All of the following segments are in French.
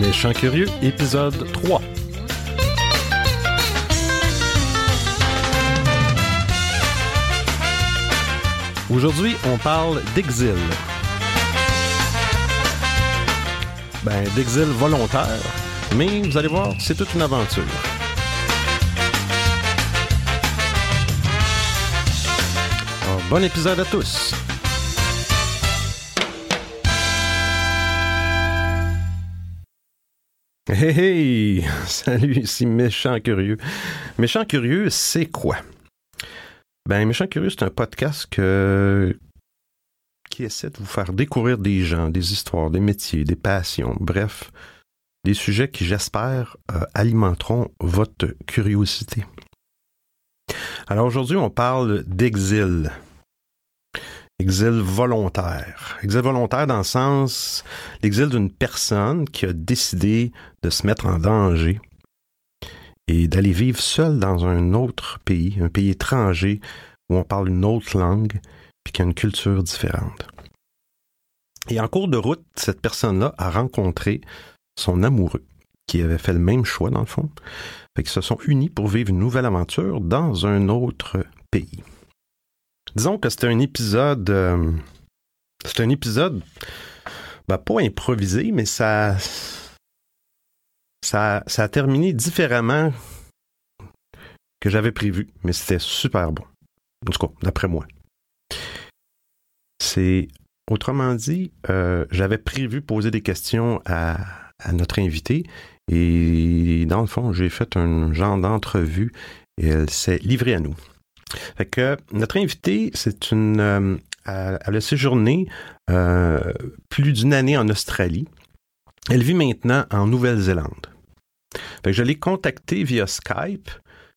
Méchant Curieux, épisode 3. Aujourd'hui, on parle d'exil. D'exil volontaire, mais vous allez voir, c'est toute une aventure. Alors, bon épisode à tous. Hey! Salut, ici Méchant Curieux. Méchant Curieux, c'est quoi? Méchant Curieux, c'est un podcast qui essaie de vous faire découvrir des gens, des histoires, des métiers, des passions, bref, des sujets qui, j'espère, alimenteront votre curiosité. Alors aujourd'hui, on parle d'exil. Exil volontaire. Exil volontaire dans le sens, l'exil d'une personne qui a décidé de se mettre en danger et d'aller vivre seule dans un autre pays, un pays étranger où on parle une autre langue puis qui a une culture différente. Et en cours de route, cette personne-là a rencontré son amoureux qui avait fait le même choix dans le fond. Fait qu'ils se sont unis pour vivre une nouvelle aventure dans un autre pays. Disons que c'était un épisode pas improvisé, mais ça a terminé différemment que j'avais prévu, mais c'était super bon. En tout cas, d'après moi. Autrement dit, j'avais prévu poser des questions à notre invitée et dans le fond, j'ai fait un genre d'entrevue et elle s'est livrée à nous. Fait que notre invitée, elle a séjourné plus d'une année en Australie. Elle vit maintenant en Nouvelle-Zélande. Fait que je l'ai contactée via Skype.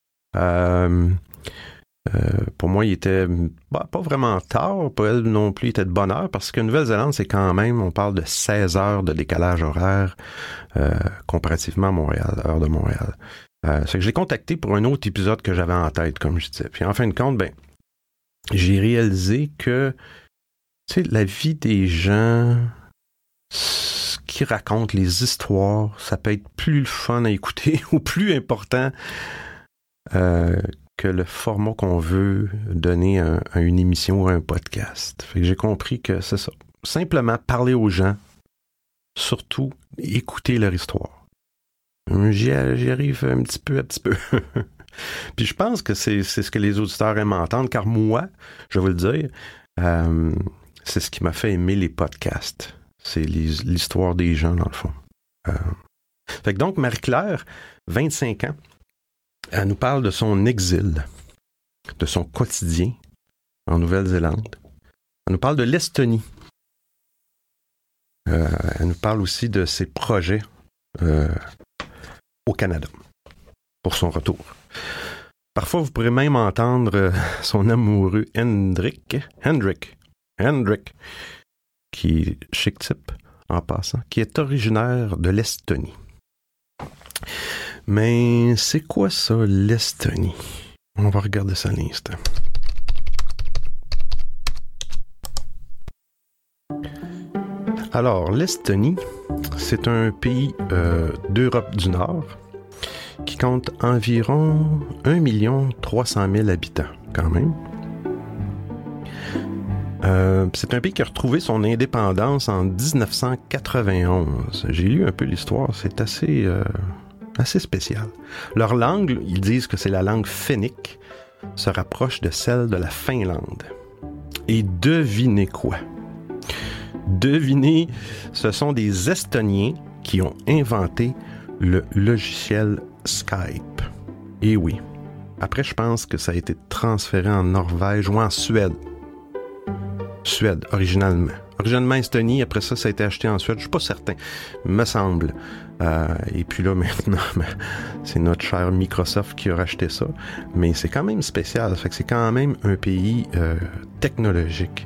Pour moi, il était pas vraiment tard. Pour elle non plus, il était de bonne heure parce que Nouvelle-Zélande, c'est quand même, on parle de 16 heures de décalage horaire comparativement à Montréal, heure de Montréal. C'est que je l'ai contacté pour un autre épisode que j'avais en tête, comme je disais. Puis en fin de compte, j'ai réalisé que, la vie des gens, ce qui racontent les histoires, ça peut être plus fun à écouter ou plus important que le format qu'on veut donner à une émission ou à un podcast. Fait que j'ai compris que c'est ça. Simplement parler aux gens, surtout écouter leur histoire. J'y arrive un petit peu. Puis je pense que c'est ce que les auditeurs aiment entendre, car moi, je vais vous le dire, c'est ce qui m'a fait aimer les podcasts. C'est l'histoire des gens, dans le fond. Fait que donc, Marie-Claire, 25 ans, elle nous parle de son exil, de son quotidien en Nouvelle-Zélande. Elle nous parle de l'Estonie. Elle nous parle aussi de ses projets au Canada, pour son retour. Parfois, vous pourrez même entendre son amoureux Hendrik, qui est chic type, en passant, qui est originaire de l'Estonie. Mais c'est quoi ça, l'Estonie? On va regarder ça à l'instant. Alors, l'Estonie, c'est un pays d'Europe du Nord qui compte environ 1 300 000 habitants, quand même. C'est un pays qui a retrouvé son indépendance en 1991. J'ai lu un peu l'histoire, c'est assez spécial. Leur langue, ils disent que c'est la langue fénique, se rapproche de celle de la Finlande. Et devinez quoi? Devinez, ce sont des Estoniens qui ont inventé le logiciel Skype. Et oui. Après, je pense que ça a été transféré en Norvège ou en Suède. Suède, originalement. Originalement Estonie, après ça a été acheté en Suède. Je suis pas certain, me semble. Et puis là, maintenant, c'est notre cher Microsoft qui a racheté ça. Mais c'est quand même spécial. Ça fait que c'est quand même un pays technologique.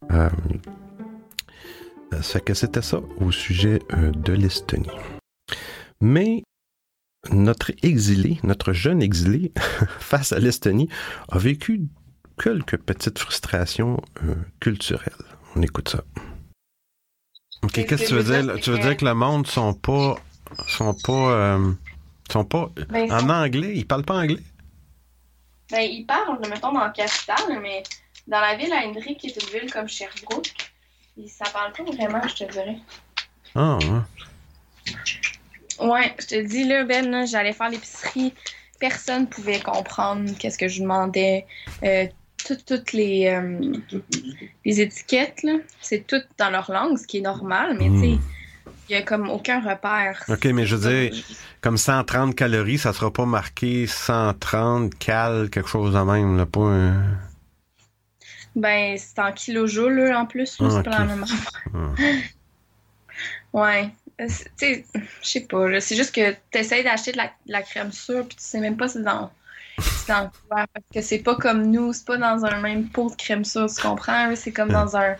Ça fait que c'était ça au sujet de l'Estonie. Mais notre jeune exilé, face à l'Estonie, a vécu quelques petites frustrations culturelles. On écoute ça. OK, qu'est-ce que tu veux dire? Tu veux dire que le monde ne sont pas sont pas en anglais. Ils parlent pas anglais. Ben, ils parlent, mettons, dans la capitale, mais dans la ville à Hendrick, qui est une ville comme Sherbrooke, ça parle pas vraiment, je te dirais. Ah, ouais. Ouais, je te dis, là, Ben, là, j'allais faire l'épicerie. Personne pouvait comprendre qu'est-ce que je demandais. Toutes les étiquettes, là, c'est tout dans leur langue, ce qui est normal, mais tu sais, il y a comme aucun repère. OK, mais je veux dire, comme 130 calories, ça sera pas marqué 130 cal, quelque chose de même, là, pas un... Ben, c'est en kilojoules, là, en plus, là, c'est pas la même affaire. Ouais. Tu sais, je sais pas, là, c'est juste que t'essayes d'acheter de la crème sûre, puis tu sais même pas si c'est dans quoi, parce que c'est pas comme nous, c'est pas dans un même pot de crème sûre, tu comprends? Là, c'est comme dans un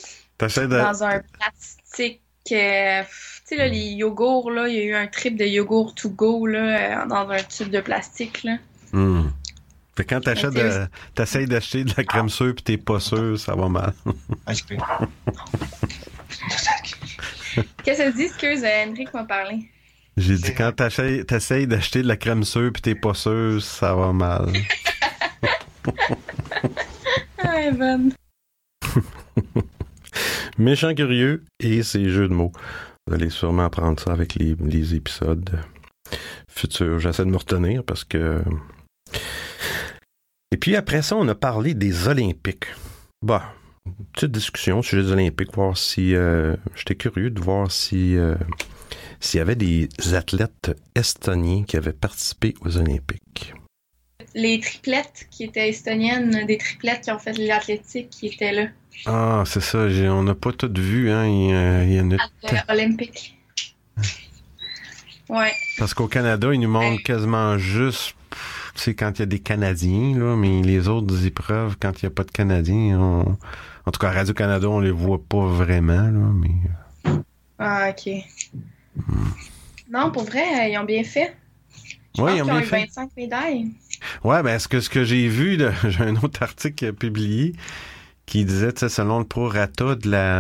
plastique. Tu sais, là, les yogourts, là, il y a eu un trip de yogourt to go, là, dans un tube de plastique, là. Fait que quand t'essayes d'acheter de la crème sûre pis t'es pas sûr, ça va mal. Qu'est-ce que ça dit? Excuse, Hendrick m'a parlé. J'ai dit, quand t'essayes d'acheter de la crème sûre pis t'es pas sûr, ça va mal. Ah, Evan. Méchant curieux et ses jeux de mots. Vous allez sûrement apprendre ça avec les épisodes futurs. J'essaie de me retenir parce que... Et puis après ça, on a parlé des Olympiques. Bah, petite discussion sur les Olympiques, voir si... j'étais curieux de voir si... s'il y avait des athlètes estoniens qui avaient participé aux Olympiques. Les triplettes qui étaient estoniennes, des triplettes qui ont fait de l'athlétique qui étaient là. Ah, c'est ça. On n'a pas tout vu, hein. Il y en a... Olympique. Ouais. Parce qu'au Canada, ils nous montrent quasiment juste... Tu sais, quand il y a des Canadiens, là, mais les autres épreuves, quand il n'y a pas de Canadiens, en tout cas, à Radio-Canada, on les voit pas vraiment, là, mais... Ah, OK. Non, pour vrai, ils ont bien fait. Je pense ils ont eu 25 médailles. Ouais, ben, ce que j'ai vu, là, j'ai un autre article publié qui disait, tu sais, selon le prorata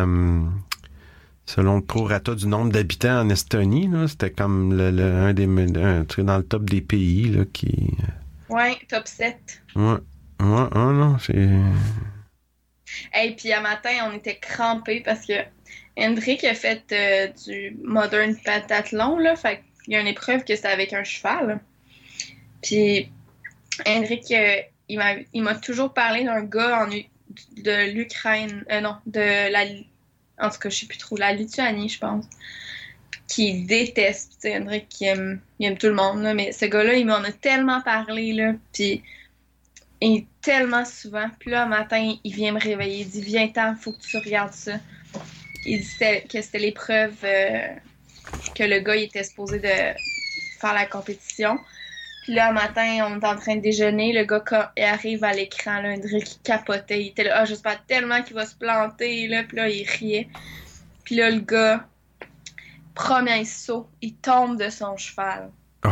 du nombre d'habitants en Estonie, là, c'était comme dans le top des pays, là, qui... Ouais, top 7. Ouais, non, c'est... Et puis, à matin, on était crampés parce que Hendrick a fait du modern pentathlon, là, fait qu'il y a une épreuve que c'était avec un cheval. Puis, Hendrick, il m'a toujours parlé d'un gars de l'Ukraine, en tout cas, je sais plus trop, la Lituanie, je pense, qui déteste, tu sais, Hendrick, il aime tout le monde, là, mais ce gars-là, il m'en a tellement parlé, là, puis et tellement souvent, puis là, un matin, il vient me réveiller, il dit « Viens-t'en, faut que tu regardes ça ». Il dit que c'était l'épreuve que le gars, il était supposé de faire la compétition. Puis là, un matin, on est en train de déjeuner, le gars arrive à l'écran, là, Hendrick, qui capotait. Il était là, j'espère tellement qu'il va se planter, là. Puis là, il riait. Puis là, le gars, premier saut, il tombe de son cheval. Oh.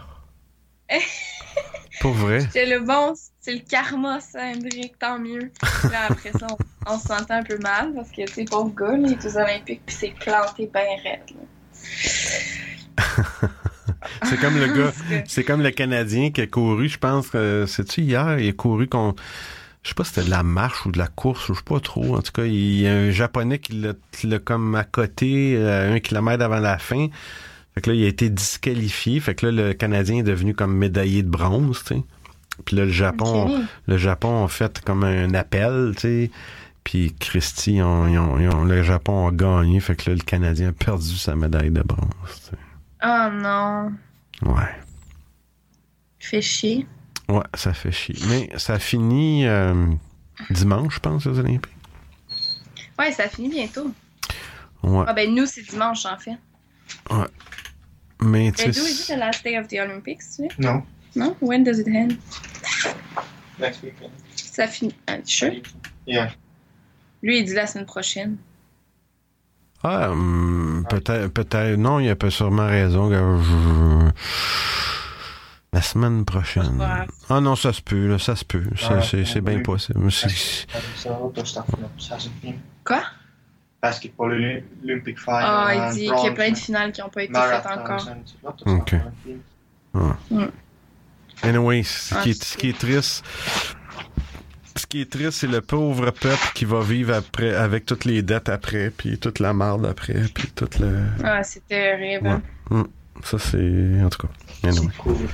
Pas vrai? J'étais le bon, c'est le karma, ça, Hendrick, tant mieux. Puis là, après ça, on se sentait un peu mal, parce que, tu sais, pauvre gars, là, il est aux Olympiques, puis c'est planté bien raide, là. C'est comme le gars, c'est comme le Canadien qui a couru, je pense que c'est-tu hier, il a couru contre, je sais pas si c'était de la marche ou de la course, ou je sais pas trop. En tout cas, il y a un Japonais qui l'a comme accoté 1 kilomètre avant la fin. Fait que là, il a été disqualifié. Fait que là, le Canadien est devenu comme médaillé de bronze, tu sais. Puis là, le Japon a fait comme un appel, tu sais. Puis Christy, le Japon a gagné. Fait que là, le Canadien a perdu sa médaille de bronze, tu sais. Oh non. Ouais. Fait chier. Ouais, ça fait chier. Mais ça finit dimanche, je pense, aux Olympiques. Ouais, ça finit bientôt. Ouais. Ah ben nous, c'est dimanche, en fait. Ouais. Mais tu sais... Do is it the last day of the Olympics, tu sais? No. Non? When does it end? Next weekend. Ça finit... Sure? Yeah. Lui, il dit la semaine prochaine. Ah, peut-être. Non, il a pas sûrement raison. La semaine prochaine. Ah non, ça se peut, là, ça se peut. C'est bien possible. Quoi? basketball Olympic final. Ah, il dit qu'il y a plein de finales qui n'ont pas été faites encore. OK. Anyway, ce qui est triste, c'est le pauvre peuple qui va vivre après, avec toutes les dettes après, puis toute la marde après, puis toute le... Ah, c'est terrible. Ouais. Ça, c'est... En tout cas, anyway. C'est cool.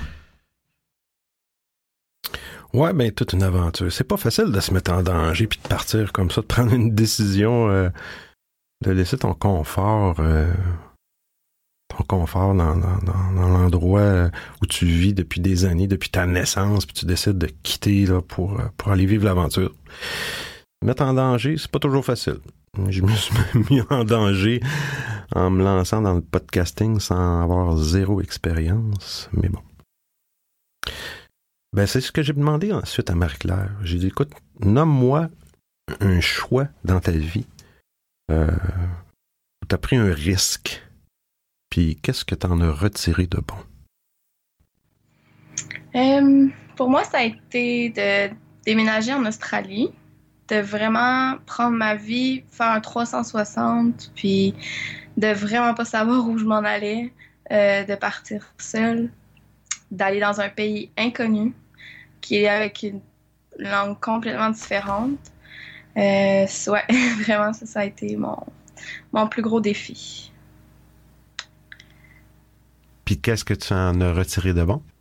Ouais, ben, toute une aventure. C'est pas facile de se mettre en danger puis de partir comme ça, de prendre une décision, de laisser ton confort dans l'endroit où tu vis depuis des années, depuis ta naissance, puis tu décides de quitter là, pour aller vivre l'aventure. Mettre en danger, c'est pas toujours facile. Je me suis mis en danger en me lançant dans le podcasting sans avoir zéro expérience, mais bon. Ben, c'est ce que j'ai demandé ensuite à Marie-Claire. J'ai dit, écoute, nomme-moi un choix dans ta vie où tu as pris un risque. Puis, qu'est-ce que tu en as retiré de bon? Pour moi, ça a été de déménager en Australie, de vraiment prendre ma vie, faire un 360, puis de vraiment pas savoir où je m'en allais, de partir seule, d'aller dans un pays inconnu, qui est avec une langue complètement différente. Ouais, vraiment, ça a été mon plus gros défi. Puis qu'est-ce que tu en as retiré de bon?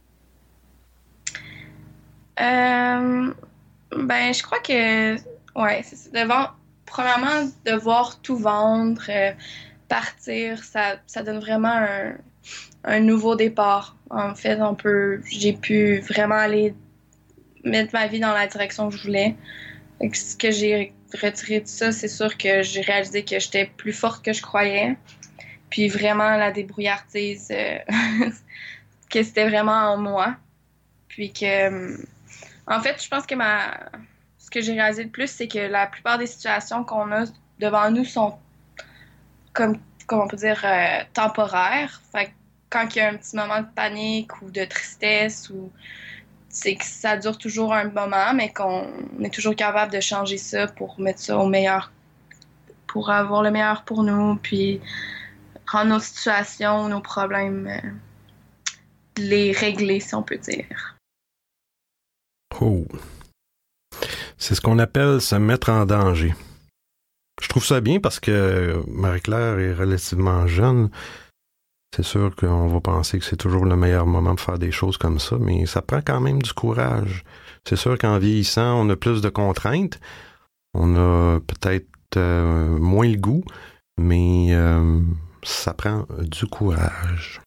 Ben, je crois que, ouais, c'est premièrement, devoir tout vendre, partir, ça donne vraiment un nouveau départ. En fait, j'ai pu vraiment aller mettre ma vie dans la direction que je voulais. Et ce que j'ai retiré de ça, c'est sûr que j'ai réalisé que j'étais plus forte que je croyais. Puis vraiment, la débrouillardise, que c'était vraiment en moi. Puis que, en fait, je pense que ce que j'ai réalisé le plus, c'est que la plupart des situations qu'on a devant nous sont, comme on peut dire, temporaires. Fait que quand il y a un petit moment de panique ou de tristesse, c'est que ça dure toujours un moment, mais qu'on est toujours capable de changer ça pour mettre ça au meilleur, pour avoir le meilleur pour nous, puis rendre nos situations, nos problèmes, les régler, si on peut dire. Oh! C'est ce qu'on appelle se mettre en danger. Je trouve ça bien parce que Marie-Claire est relativement jeune. C'est sûr qu'on va penser que c'est toujours le meilleur moment pour faire des choses comme ça, mais ça prend quand même du courage. C'est sûr qu'en vieillissant, on a plus de contraintes. On a peut-être moins le goût, mais ça prend du courage.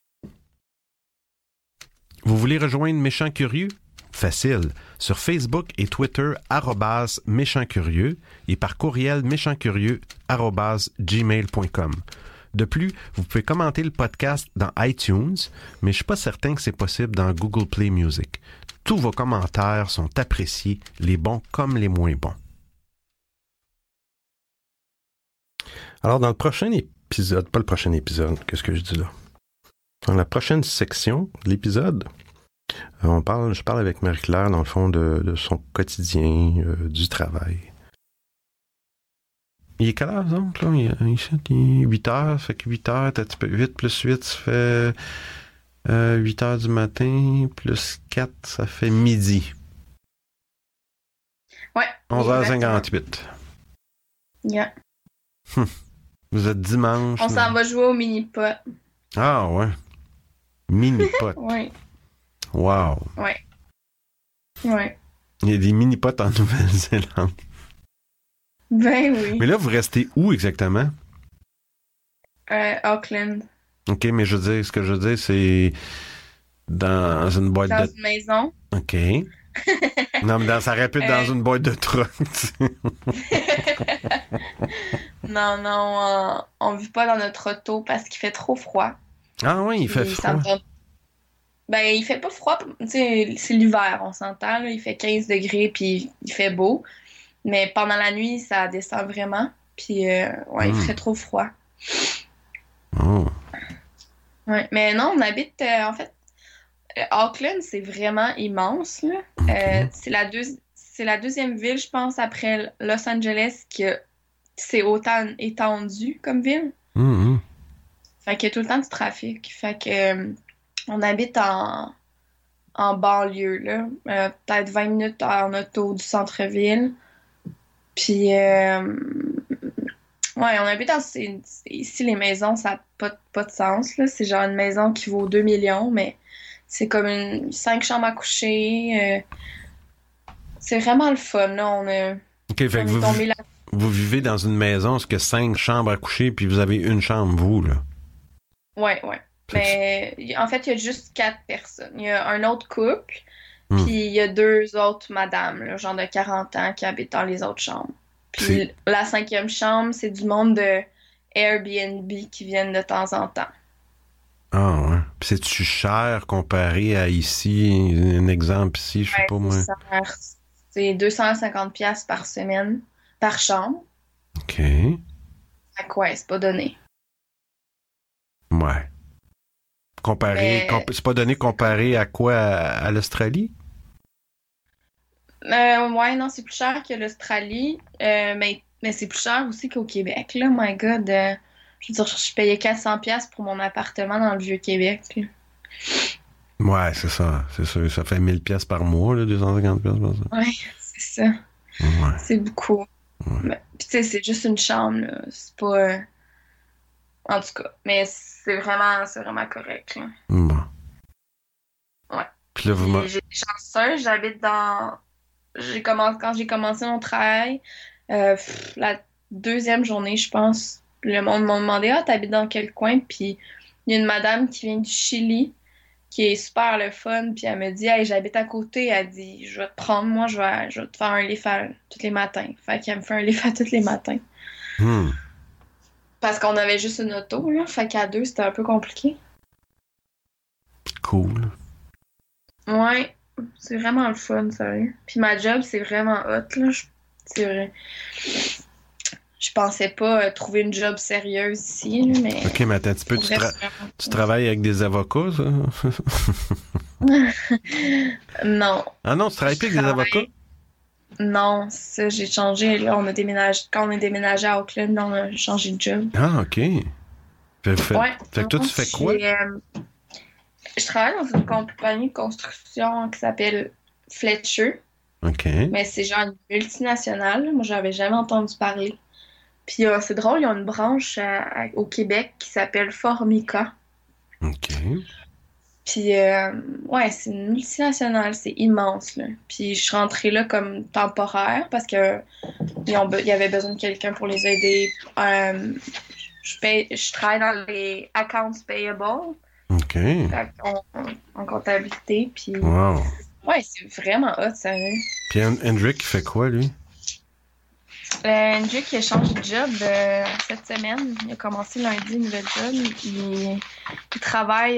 Vous voulez rejoindre Méchant Curieux? Facile. Sur Facebook et Twitter, @méchantcurieux et par courriel méchantcurieux@gmail.com. De plus, vous pouvez commenter le podcast dans iTunes, mais je ne suis pas certain que c'est possible dans Google Play Music. Tous vos commentaires sont appréciés, les bons comme les moins bons. Alors, dans le prochain épisode, pas le prochain épisode, qu'est-ce que je dis là? Dans la prochaine section de l'épisode, je parle avec Marie-Claire, dans le fond, de son quotidien, du travail. Il est quelle heure, donc, là? Il est 8 heures, ça fait que 8 heures, 8 plus 8, ça fait 8 heures du matin, plus 4, ça fait midi. Ouais. 11h58. Yeah. Vous êtes dimanche. On s'en va jouer au mini-pot. Ah, ouais. Mini-pot. Ouais. Wow. Ouais. Ouais. Il y a des mini-pots en Nouvelle-Zélande. Ben oui. Mais là, vous restez où exactement? Auckland. OK, mais ce que je veux dire, c'est dans une boîte dans de... une maison. OK. Non, mais ça répète dans une boîte de truck. Non, on vit pas dans notre auto parce qu'il fait trop froid. Ah oui, il fait froid. Ben, il fait pas froid. Tu sais, c'est l'hiver, on s'entend. Là, il fait 15 degrés, puis il fait beau. Mais pendant la nuit, ça descend vraiment. Puis, il fait trop froid. Oh. Ouais. Mais non, on habite, en fait, Auckland, c'est vraiment immense. Là. Okay. C'est la deuxième ville, je pense, après Los Angeles, qui a c'est autant étendu comme ville. Mhm. Fait qu'il y a tout le temps du trafic. Fait que on habite en banlieue, là. Peut-être 20 minutes en auto du centre-ville. Puis, ouais, on habite ici, les maisons, ça n'a pas de sens, là. C'est genre une maison qui vaut 2 millions, mais c'est comme 5 chambres à coucher. C'est vraiment le fun, là. OK, fait On que est tombé là. vous vivez dans une maison, ce que 5 chambres à coucher, puis vous avez une chambre, vous, là. Ouais. Mais en fait, il y a juste 4 personnes. Il y a un autre couple, puis il y a 2 autres madames, là, genre de 40 ans, qui habitent dans les autres chambres. Puis la 5e chambre, c'est du monde de Airbnb qui viennent de temps en temps. Ah, ouais. Puis c'est-tu cher comparé à ici? Un exemple ici, je sais pas moi. C'est 250$ par semaine, par chambre. OK. Fait que ouais, c'est pas donné. Ouais. C'est pas donné comparé à quoi? À l'Australie? Ouais, non, c'est plus cher que l'Australie. Mais c'est plus cher aussi qu'au Québec, là. My God. Je veux dire, je payais 400$ pour mon appartement dans le Vieux-Québec, là. Ouais, c'est ça. C'est sûr. Ça fait 1000$ par mois, là, 250$ par mois. Ouais, c'est ça. Ouais. C'est beaucoup. Ouais. Puis tu sais, c'est juste une chambre, là. C'est pas... En tout cas, mais c'est vraiment correct, là. Bon. Ouais. Puis là, J'ai des chanceuse, j'habite dans... Quand j'ai commencé mon travail, la 2e journée, je pense, le monde m'a demandé « Ah, t'habites dans quel coin? » Puis il y a une madame qui vient du Chili, qui est super le fun, puis elle me dit « Hey, j'habite à côté. » Elle dit « Je vais te prendre, moi, je vais te faire un lift tous les matins. » Fait qu'elle me fait un lift tous les matins. Parce qu'on avait juste une auto, là. Fait qu'à 2, c'était un peu compliqué. Cool. Ouais, c'est vraiment le fun, sérieux. Puis ma job, c'est vraiment hot, là. C'est vrai. Je pensais pas trouver une job sérieuse ici, là, mais... OK, mais attends un petit peu. Tu travailles avec des avocats, ça? Non. Ah non, tu travailles plus avec des avocats? Non, ça, j'ai changé. Là, quand on est déménagé à Auckland, on a changé de job. Ah, OK. Ouais. Fait que toi, tu fais quoi? Je travaille dans une compagnie de construction qui s'appelle Fletcher. OK. Mais c'est genre une multinationale. Moi, j'avais jamais entendu parler. Puis c'est drôle, il y a une branche au Québec qui s'appelle Formica. OK. Puis, ouais, c'est une multinationale, c'est immense, là. Puis, je suis rentrée là comme temporaire parce que il y avait besoin de quelqu'un pour les aider. Je travaille dans les accounts payable. OK. En comptabilité, puis... Wow. Ouais, c'est vraiment hot, sérieux. Puis Hendrick, il fait quoi, lui? Hendrick, il a changé de job cette semaine. Il a commencé lundi une nouvelle job. Il travaille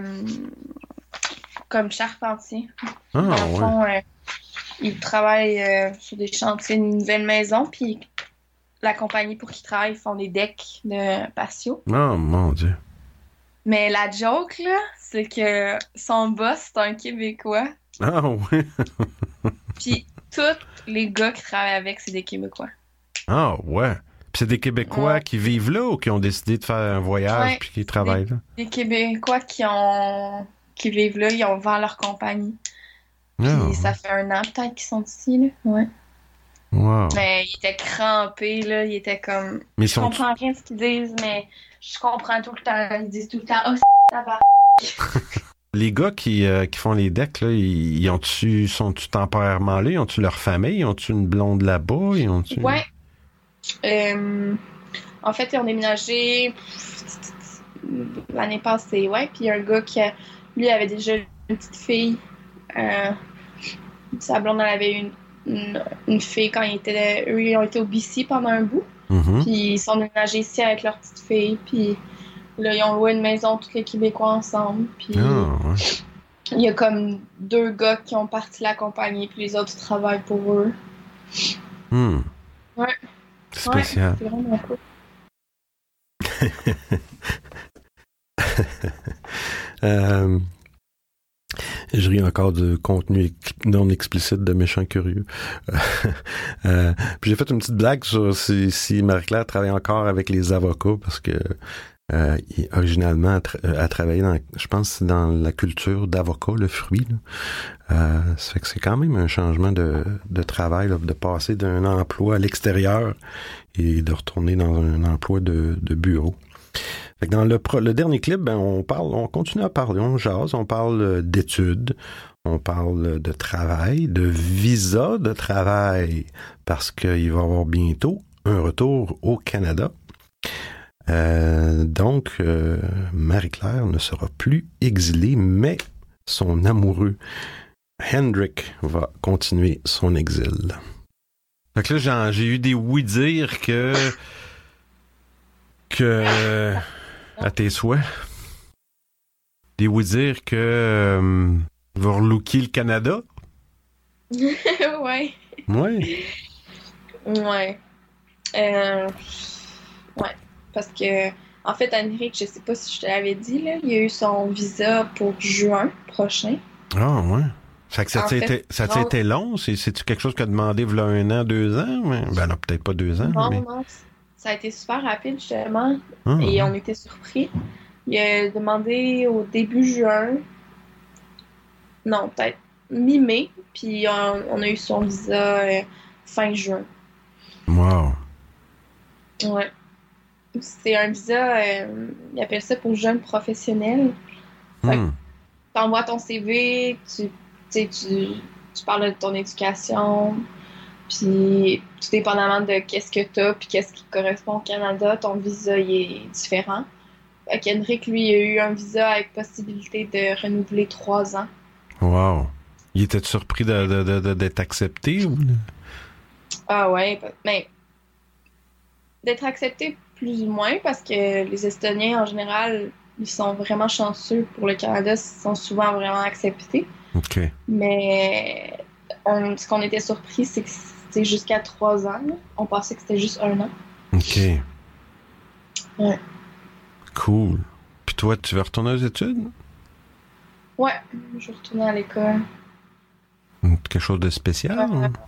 comme charpentier. Ah, Dans le fond, ouais. il travaille sur des chantiers d'une nouvelle maison, puis la compagnie pour qui il travaille, ils font des decks de patio. Oh, mon Dieu. Mais la joke, là, c'est que son boss, c'est un Québécois. Ah, ouais. Puis tous les gars qui travaillent avec, c'est des Québécois. Ah, ouais. Puis c'est des Québécois qui vivent là ou qui ont décidé de faire un voyage puis qui travaillent là? Des Québécois qui vivent là, ils ont vendu leur compagnie. Puis ça fait 1 an peut-être qu'ils sont ici, là. Ouais. Wow. Mais ils étaient crampés, là. Ils étaient comme... Mais je comprends rien de ce qu'ils disent, mais je comprends tout le temps. Ils disent tout le temps « Oh, ça va! » Les gars qui font les decks, là, sont-tu temporairement là? Ils ont-tu leur famille? Ils ont-tu une blonde là-bas? Ouais. En fait, ils ont déménagé l'année passée, ouais. Puis il y a un gars qui, lui, avait déjà une petite fille. Sa blonde, elle avait une fille quand eux, ils ont été au BC pendant un bout. Mm-hmm. Puis ils sont déménagés ici avec leur petite fille. Puis là, ils ont loué une maison, tous les Québécois ensemble. Puis ouais. il y a comme 2 gars qui ont parti la compagnie, puis les autres travaillent pour eux. Ouais. Spécial. Ouais, c'est vraiment cool. Je ris encore du contenu non explicite de Méchants Curieux. Puis j'ai fait une petite blague sur si Marie-Claire travaille encore avec les avocats, parce que originalement, elle travaillait dans, je pense, dans la culture d'avocat, le fruit. Ça fait que c'est quand même un changement de travail, là, de passer d'un emploi à l'extérieur et de retourner dans un emploi de bureau. Fait que dans le dernier clip, ben on continue à parler, on jase, on parle d'études, on parle de travail, de visa de travail, parce qu'il va y avoir bientôt un retour au Canada. Donc, Marie-Claire ne sera plus exilée, mais son amoureux, Hendrik, va continuer son exil. Fait que là, j'ai eu des oui-dire que à tes souhaits, des oui-dire que va relooker le Canada. Ouais. Ouais. Ouais. Ouais. Parce que, en fait, Henrik, je sais pas si je te l'avais dit, là, il a eu son visa pour juin prochain. Ah, ouais. Fait que ça a été long? C'est-tu quelque chose qu'a demandé il y a 1 an, 2 ans? Ben non, peut-être pas 2 ans. Non, mais... non. Ça a été super rapide, justement. Ah, et ouais. on était surpris. Il a demandé au début juin. Non, peut-être mi-mai. Puis on a eu son visa fin juin. Wow. Ouais. C'est un visa, ils appellent ça pour jeunes professionnels. Fait que t'envoies ton CV, tu parles de ton éducation, puis tout dépendamment de qu'est-ce que t'as, puis qu'est-ce qui correspond au Canada, ton visa il est différent. Fait qu'Henrik, lui, il a eu un visa avec possibilité de renouveler 3 ans. Wow. Il était surpris d'être accepté? Ou... Ah ouais, mais d'être accepté plus ou moins, parce que les Estoniens, en général, ils sont vraiment chanceux pour le Canada, ils sont souvent vraiment acceptés. OK. Mais ce qu'on était surpris, c'est que c'était jusqu'à 3 ans. Là. On pensait que c'était juste 1 an. OK. Ouais. Cool. Puis toi, tu veux retourner aux études? Ouais, je vais retourner à l'école. Quelque chose de spécial?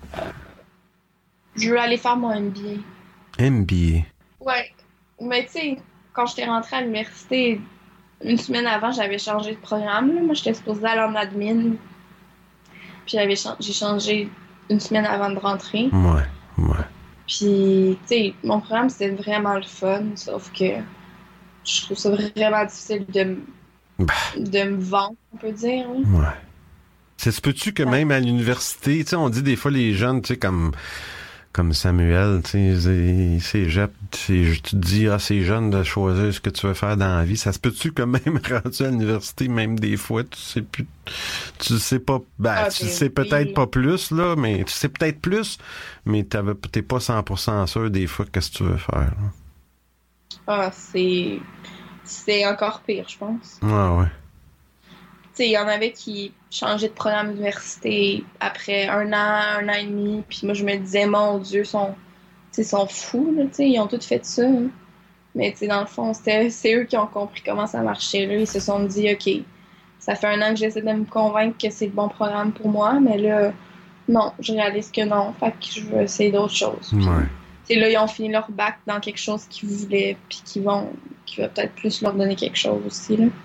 Je veux aller faire mon MBA. MBA. Ouais. Mais tu sais, quand j'étais rentrée à l'université, 1 semaine avant, j'avais changé de programme. Là. Moi, j'étais supposée aller en admin. Puis j'ai changé 1 semaine avant de rentrer. Ouais. Puis, tu sais, mon programme, c'était vraiment le fun. Sauf que je trouve ça vraiment difficile de me vendre, on peut dire. Hein. Ouais. Ça se peut-tu que même à l'université, tu sais, on dit des fois les jeunes, tu sais, comme Samuel, tu sais, cégep, tu te dis, c'est jeune de choisir ce que tu veux faire dans la vie. Ça se peut-tu que même rendu à l'université, même des fois, tu sais pas, tu sais peut-être pas plus, là, mais tu sais peut-être plus, mais t'es pas 100% sûr des fois qu'est-ce que tu veux faire. Là. Ah, c'est encore pire, je pense. Ah ouais. Tu sais, il y en avait qui changeaient de programme d'université après 1 an, 1 an et demi. Puis moi, je me disais, mon Dieu, ils sont fous, là, tu sais, ils ont tous fait ça. Hein. Mais tu sais, dans le fond, c'est eux qui ont compris comment ça marchait. Là. Ils se sont dit, OK, ça fait 1 an que j'essaie de me convaincre que c'est le bon programme pour moi, mais là, non, je réalise que non. Fait que je veux essayer d'autres choses. Puis, ouais. Là, ils ont fini leur bac dans quelque chose qu'ils voulaient, puis qui va peut-être plus leur donner quelque chose aussi, là.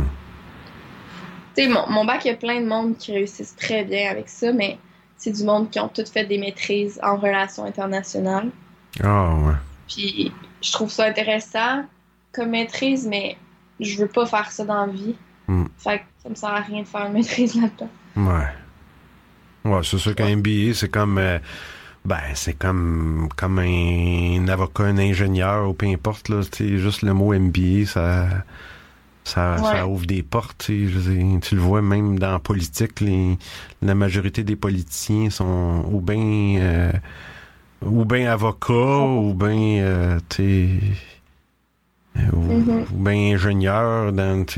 Tu sais, mon bac, il y a plein de monde qui réussissent très bien avec ça, mais c'est du monde qui ont toutes fait des maîtrises en relations internationales. Ah ouais. Puis je trouve ça intéressant comme maîtrise, mais je veux pas faire ça dans la vie. Fait que ça me sert à rien de faire une maîtrise là-dedans. Ouais, c'est sûr qu'un MBA, c'est comme... c'est comme un avocat, un ingénieur, ou peu importe, là. Tu sais, juste le mot MBA, ça ouvre des portes. Tu le vois même dans la politique, la majorité des politiciens sont ou bien avocats, ou bien ou bien ingénieurs.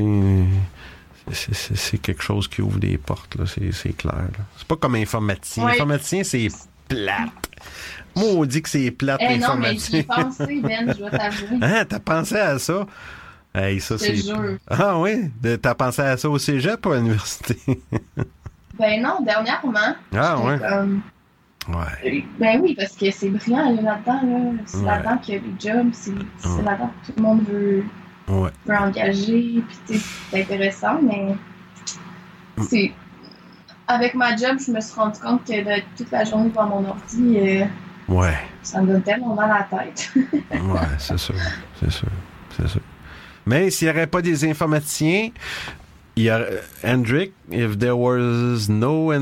C'est quelque chose qui ouvre des portes, là, c'est clair. Là. C'est pas comme informaticien. Ouais. Informaticien, c'est plate. Moi, on dit que c'est plate, l'informaticien. Non, mais j'y ai pensé, Ben, je dois t'avouer. Hein, t'as pensé à ça? Hey, ça, Je te jure. Ah oui? T'as pensé à ça au cégep ou à l'université? Ben non, dernièrement. Ah j'étais ouais? comme, Ouais. Ben oui, parce que c'est brillant là-dedans. Là. C'est Ouais. là-dedans qu'il y a les jobs. C'est Ouais. là-dedans que tout le monde veut engager. Puis tu sais, c'est intéressant, mais c'est... Avec ma job, je me suis rendu compte que d'être toute la journée devant mon ordi, Ouais. ça me donne tellement mal à la tête. Ouais, c'est sûr. C'est sûr. C'est sûr. Mais s'il n'y aurait pas des informaticiens, il y a Hendrik, if there was no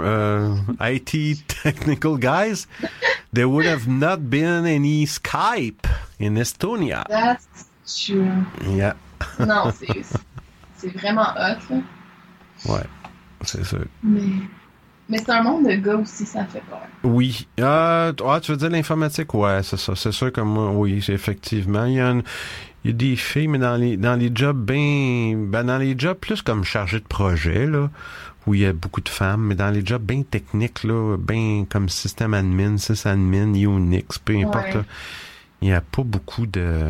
IT technical guys, there would have not been any Skype in Estonia. That's true. Yeah. Non, c'est vraiment hot, là. Ouais, c'est sûr. Mais c'est un monde de gars aussi, ça me fait peur. Oui. Tu veux dire l'informatique? Ouais, c'est ça. C'est sûr que moi, oui, effectivement. Il y a des filles, mais dans les jobs dans les jobs plus comme chargé de projet, là, où il y a beaucoup de femmes, mais dans les jobs bien techniques, là, bien comme système admin, sysadmin, Unix, peu importe, là, il n'y a pas beaucoup de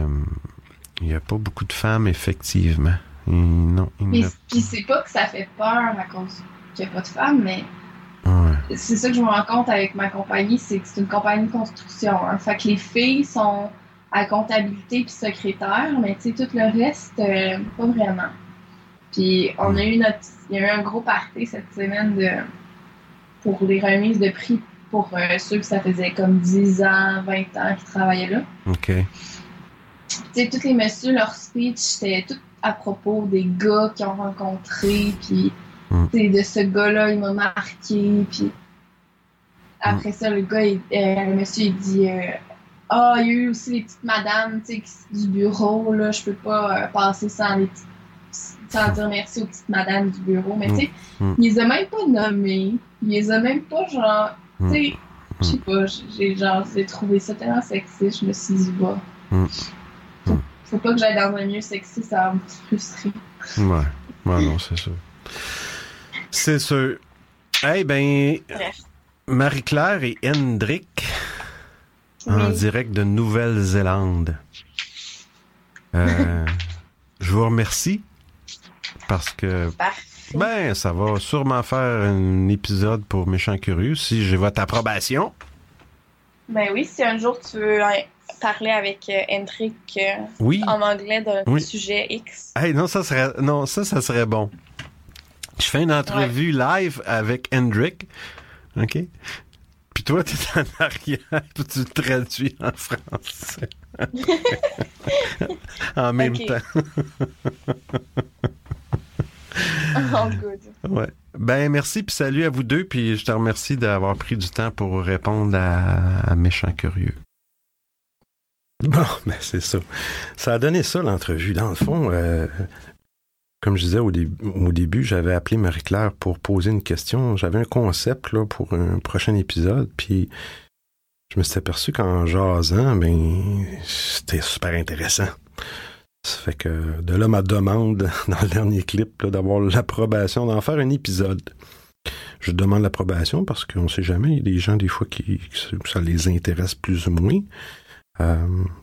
femmes, effectivement. Non. Puis c'est pas que ça fait peur à cause qu'il n'y a pas de femmes, mais ouais. c'est ça que je me rends compte avec ma compagnie, c'est que c'est une compagnie de construction. Hein. Fait que les filles sont à comptabilité puis secrétaire, mais tu sais, tout le reste, pas vraiment. Puis on a eu il y a eu un gros party cette semaine pour les remises de prix pour ceux que ça faisait comme 10 ans, 20 ans qu'ils travaillaient là. OK. Tu sais, tous les messieurs, leur speech, c'était tout à propos des gars qu'ils ont rencontrés, puis de ce gars-là, il m'a marqué, puis après ça, le monsieur, il dit il y a eu aussi les petites madames, tu sais, du bureau, là, je peux pas passer sans dire merci aux petites madames du bureau, mais tu sais, il les a même pas nommées, il les a même pas, genre, tu sais, je sais pas, j'ai trouvé ça tellement sexiste, je me suis dit, bah, faut pas que j'aille dans un milieu sexy, ça va me frustrer. Ouais, non, c'est sûr. C'est sûr. Eh ben, bref. Marie-Claire et Hendrik, en direct de Nouvelle-Zélande. Je vous remercie parce que ça va sûrement faire un épisode pour Méchant Curieux si j'ai votre approbation. Ben oui, si un jour tu veux parler avec Hendrik en anglais d'un sujet X. Hey, ça serait bon. Je fais une entrevue live avec Hendrik, OK? Puis toi, t'es en arrière, puis tu le traduis en français. En même temps. Oh, good. Ouais. Ben, merci, puis salut à vous deux, puis je te remercie d'avoir pris du temps pour répondre à Méchant Curieux. Bon, ben c'est ça. Ça a donné ça, l'entrevue. Dans le fond, comme je disais au début, j'avais appelé Marie-Claire pour poser une question. J'avais un concept là, pour un prochain épisode, puis je me suis aperçu qu'en jasant, c'était super intéressant. Ça fait que de là ma demande dans le dernier clip là, d'avoir l'approbation d'en faire un épisode. Je demande l'approbation parce qu'on ne sait jamais, il y a des gens des fois qui ça les intéresse plus ou moins. Ça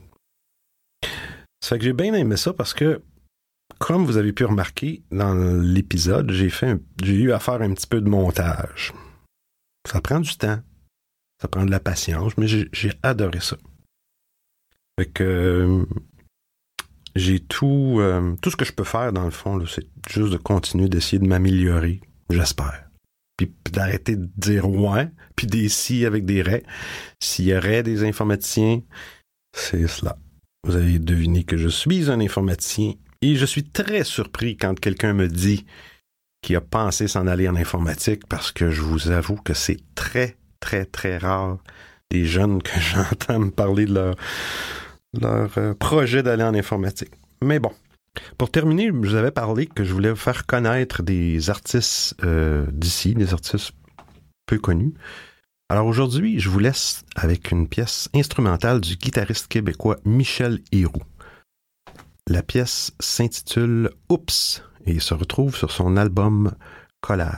fait que j'ai bien aimé ça parce que comme vous avez pu remarquer dans l'épisode, j'ai eu à faire un petit peu de montage. Ça prend du temps, ça prend de la patience, mais j'ai adoré ça. Fait que j'ai tout ce que je peux faire dans le fond, là, c'est juste de continuer d'essayer de m'améliorer, j'espère. Puis d'arrêter de dire ouais, puis des si avec des raies. S'il y aurait des informaticiens, c'est cela. Vous avez deviné que je suis un informaticien et je suis très surpris quand quelqu'un me dit qu'il a pensé s'en aller en informatique parce que je vous avoue que c'est très, très, très rare des jeunes que j'entends me parler de leur projet d'aller en informatique. Mais bon, pour terminer, je vous avais parlé que je voulais vous faire connaître des artistes d'ici, des artistes peu connus. Alors aujourd'hui, je vous laisse avec une pièce instrumentale du guitariste québécois Michel Héroux. La pièce s'intitule « Oups » et se retrouve sur son album « Collage ».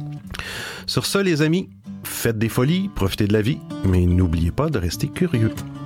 Sur ça, les amis, faites des folies, profitez de la vie, mais n'oubliez pas de rester curieux.